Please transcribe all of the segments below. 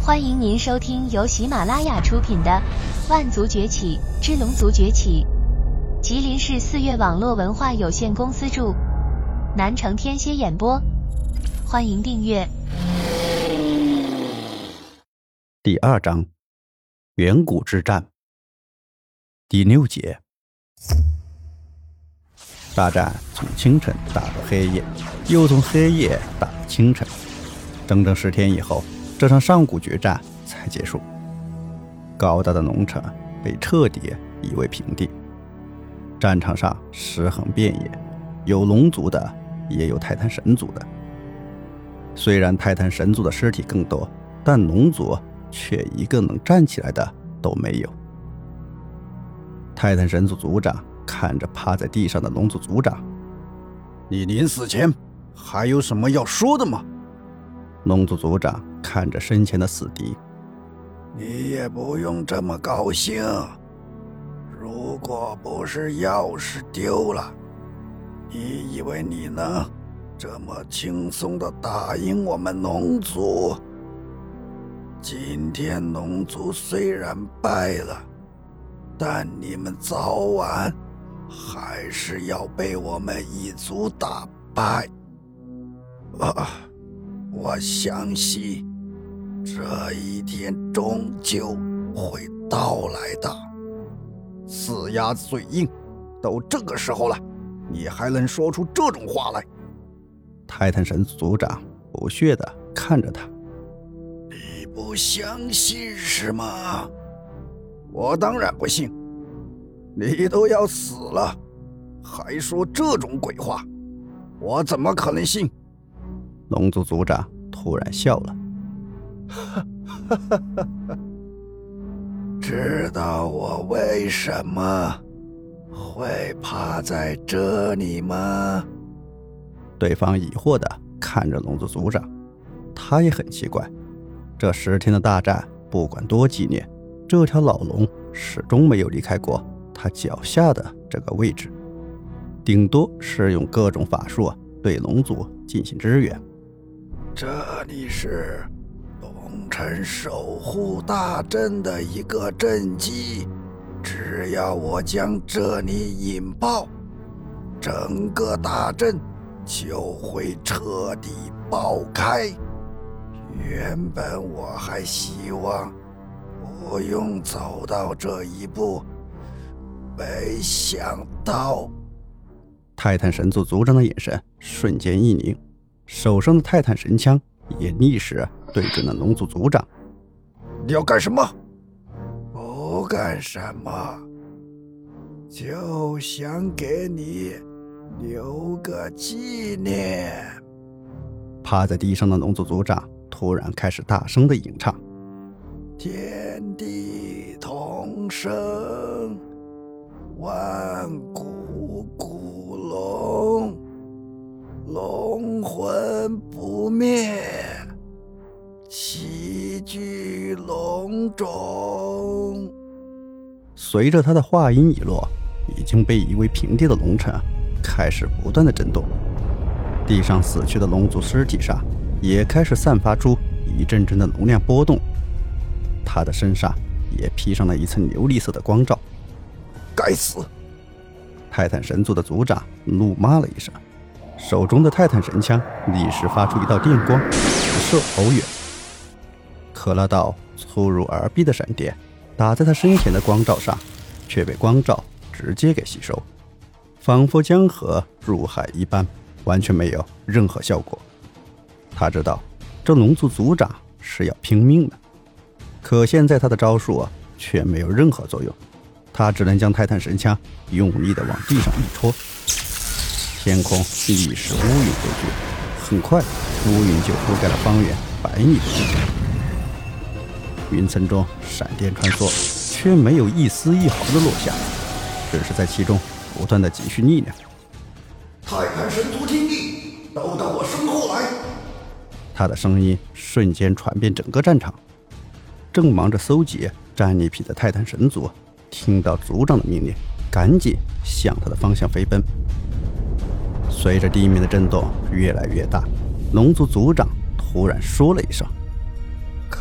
欢迎您收听由喜马拉雅出品的《万族崛起之龙族崛起》，吉林市4月网络文化有限公司著，南城天蝎演播。欢迎订阅。 第2章，远古之战，第6节。大战从清晨打到黑夜，又从黑夜打到清晨，整整10天以后，这场上古决战才结束。高大的农城被彻底夷为平地，战场上尸横遍野，有龙族的，也有泰坦神族的。虽然泰坦神族的尸体更多，但龙族却一个能站起来的都没有。泰坦神族族长看着趴在地上的龙族族长， 你临死前还有什么要说的吗？ 龙族族长看着身前的死敌， 你也不用这么高兴，如果不是钥匙丢了，你以为你能这么轻松地打赢我们龙族？今天龙族虽然败了，但你们早晚还是要被我们一族打败。我相信这一天终究会到来的。 死鸭子嘴硬，都这个时候了，你还能说出这种话来？ 泰坦神族族长不屑地看着他。 你不相信是吗？ 我当然不信，你都要死了，还说这种鬼话，我怎么可能信？ 龙族族长突然笑了， 知道我为什么会趴在这里吗？ 对方疑惑地看着龙族族长，他也很奇怪，这10天的大战不管多激烈，这条老龙始终没有离开过他脚下的这个位置，顶多是用各种法术对龙族进行支援。 这里是龙城守护大阵的一个阵基，只要我将这里引爆，整个大阵就会彻底爆开。原本我还希望不用走到这一步，没想到…… 泰坦神族族长的眼神瞬间一凝，手上的泰坦神枪也立时对准了龙族族长。 你要干什么？ 不干什么，就想给你留个纪念。 趴在地上的龙族族长突然开始大声地吟唱： 天地同生，万古古龙，龙魂不灭，齐聚龙种。 随着他的话音一落，已经被夷为平地的龙城开始不断的震动，地上死去的龙族尸体上也开始散发出一阵阵的能量波动，他的身上也披上了一层琉璃色的光照。 该死！ 泰坦神族的族长怒骂了一声，手中的泰坦神枪立时发出一道电光，直射好远。可那道粗如耳壁的闪电打在他身前的光照上，却被光照直接给吸收，仿佛江河入海一般，完全没有任何效果。他知道这龙族族长是要拼命的，可现在他的招数却没有任何作用，他只能将泰坦神枪用力地往地上一戳，天空立时乌云汇聚，很快乌云就覆盖了方圆100米的地方。云层中闪电穿梭，却没有一丝一毫的落下，只是在其中不断地积蓄力量。 泰坦神族听令，都到我身后来！ 他的声音瞬间传遍整个战场。正忙着搜集战利品的泰坦神族听到族长的命令，赶紧向他的方向飞奔。随着地面的震动越来越大，龙族族长突然说了一声： 可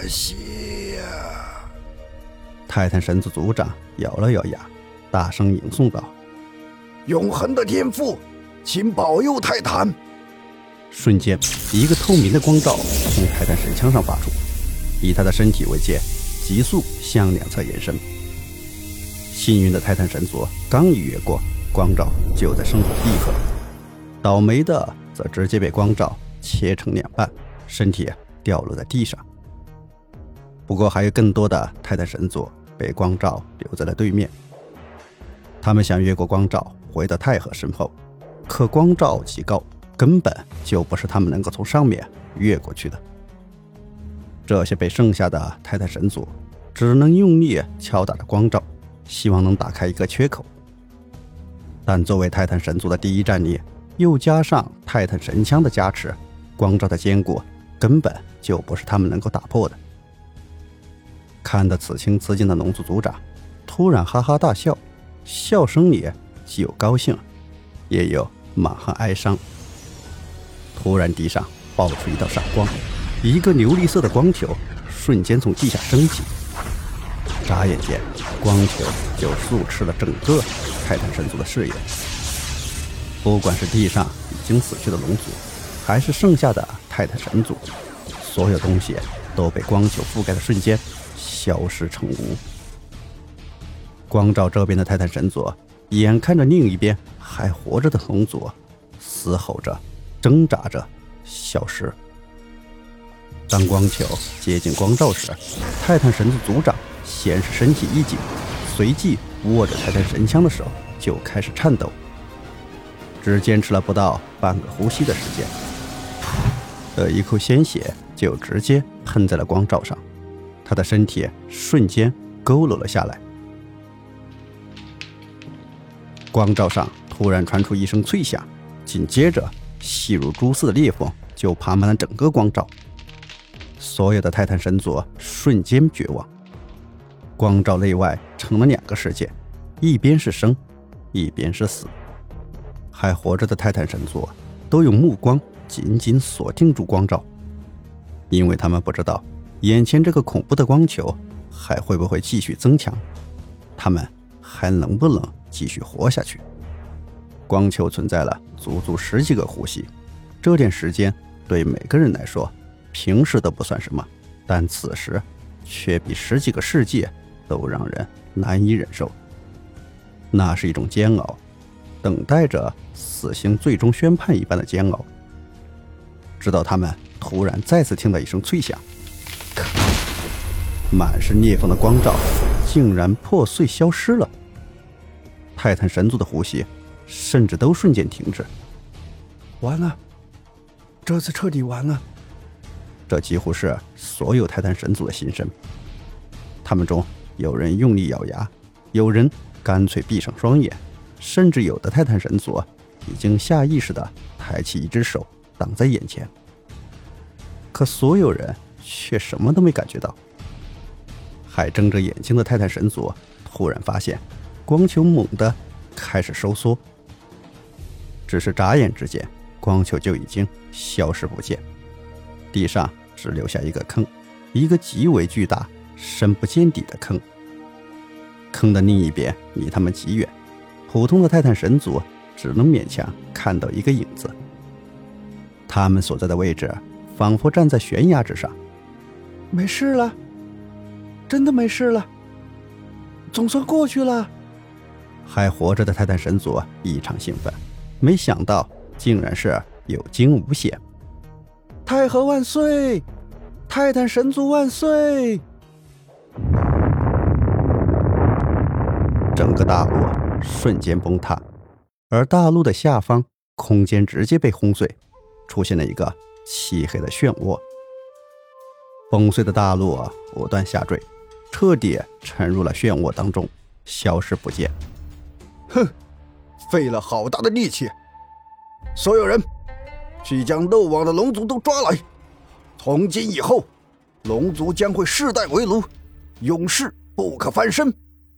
惜呀！ 泰坦神族族长咬了咬牙，大声吟诵道：“ 永恒的天父，请保佑泰坦！” 瞬间，一个透明的光照从泰坦神枪上发出，以他的身体为界，急速向两侧延伸。幸运的泰坦神族刚一越过，光照就在身后闭合，倒霉的则直接被光照切成两半，身体掉落在地上。不过还有更多的泰坦神族被光照留在了对面，他们想越过光照回到太和身后，可光照极高，根本就不是他们能够从上面越过去的。这些被剩下的泰坦神族只能用力敲打着光照，希望能打开一个缺口。但作为泰坦神族的第一战力，又加上泰坦神枪的加持，光照的坚固根本就不是他们能够打破的。看得此情此景的龙族族长突然哈哈大笑，笑声里既有高兴，也有满含哀伤。突然地上爆出一道闪光，一个琉璃色的光球瞬间从地下升起，眨眼间光球就速吃了整个泰坦神族的视野。不管是地上已经死去的龙族，还是剩下的泰坦神族，所有东西都被光球覆盖的瞬间消失成无。光照这边的泰坦神族眼看着另一边还活着的龙族嘶吼着挣扎着消失。当光球接近光照时，泰坦神族族长先是身体一紧，随即握着泰坦神枪的手就开始颤抖。只坚持了不到半个呼吸的时间，一口鲜血就直接喷在了光照上，他的身体瞬间佝偻了下来。光照上突然传出一声脆响，紧接着细如蛛丝的裂缝就爬满了整个光照。所有的泰坦神族瞬间绝望，光照内外成了两个世界，一边是生，一边是死。还活着的泰坦神族都用目光紧紧锁定住光照，因为他们不知道眼前这个恐怖的光球还会不会继续增强，他们还能不能继续活下去。光球存在了足足10几个呼吸，这点时间对每个人来说平时都不算什么，但此时却比10几个世纪都让人难以忍受。那是一种煎熬，等待着死刑最终宣判一般的煎熬。直到他们突然再次听到一声脆响，满是裂缝的光照竟然破碎消失了。泰坦神族的呼吸甚至都瞬间停止。 完了，这次彻底完了。 这几乎是所有泰坦神族的心声。他们中有人用力咬牙，有人干脆闭上双眼，甚至有的泰坦神族已经下意识地抬起一只手挡在眼前。可所有人却什么都没感觉到。还睁着眼睛的泰坦神族突然发现光球猛地开始收缩，只是眨眼之间，光球就已经消失不见，地上只留下一个坑，一个极为巨大、深不见底的坑。坑的另一边离他们极远，普通的泰坦神族只能勉强看到一个影子。他们所在的位置仿佛站在悬崖之上。 没事了，真的没事了，总算过去了。 还活着的泰坦神族异常兴奋，没想到竟然是有惊无险。 太和万岁！泰坦神族万岁！ 整个大陆瞬间崩塌，而大陆的下方空间直接被轰碎，出现了一个漆黑的漩涡。崩碎的大陆不断下坠，彻底沉入了漩涡当中，消失不见。 哼，费了好大的力气！所有人，去将漏网的龙族都抓来！从今以后，龙族将会世代为奴，永世不可翻身！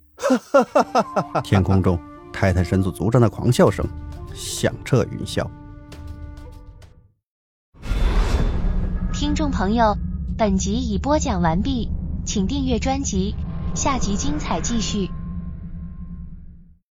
天空中，泰坦神族族长的狂笑声响彻云霄。 听众朋友， 本集已播讲完毕，请订阅专辑，下集精彩继续。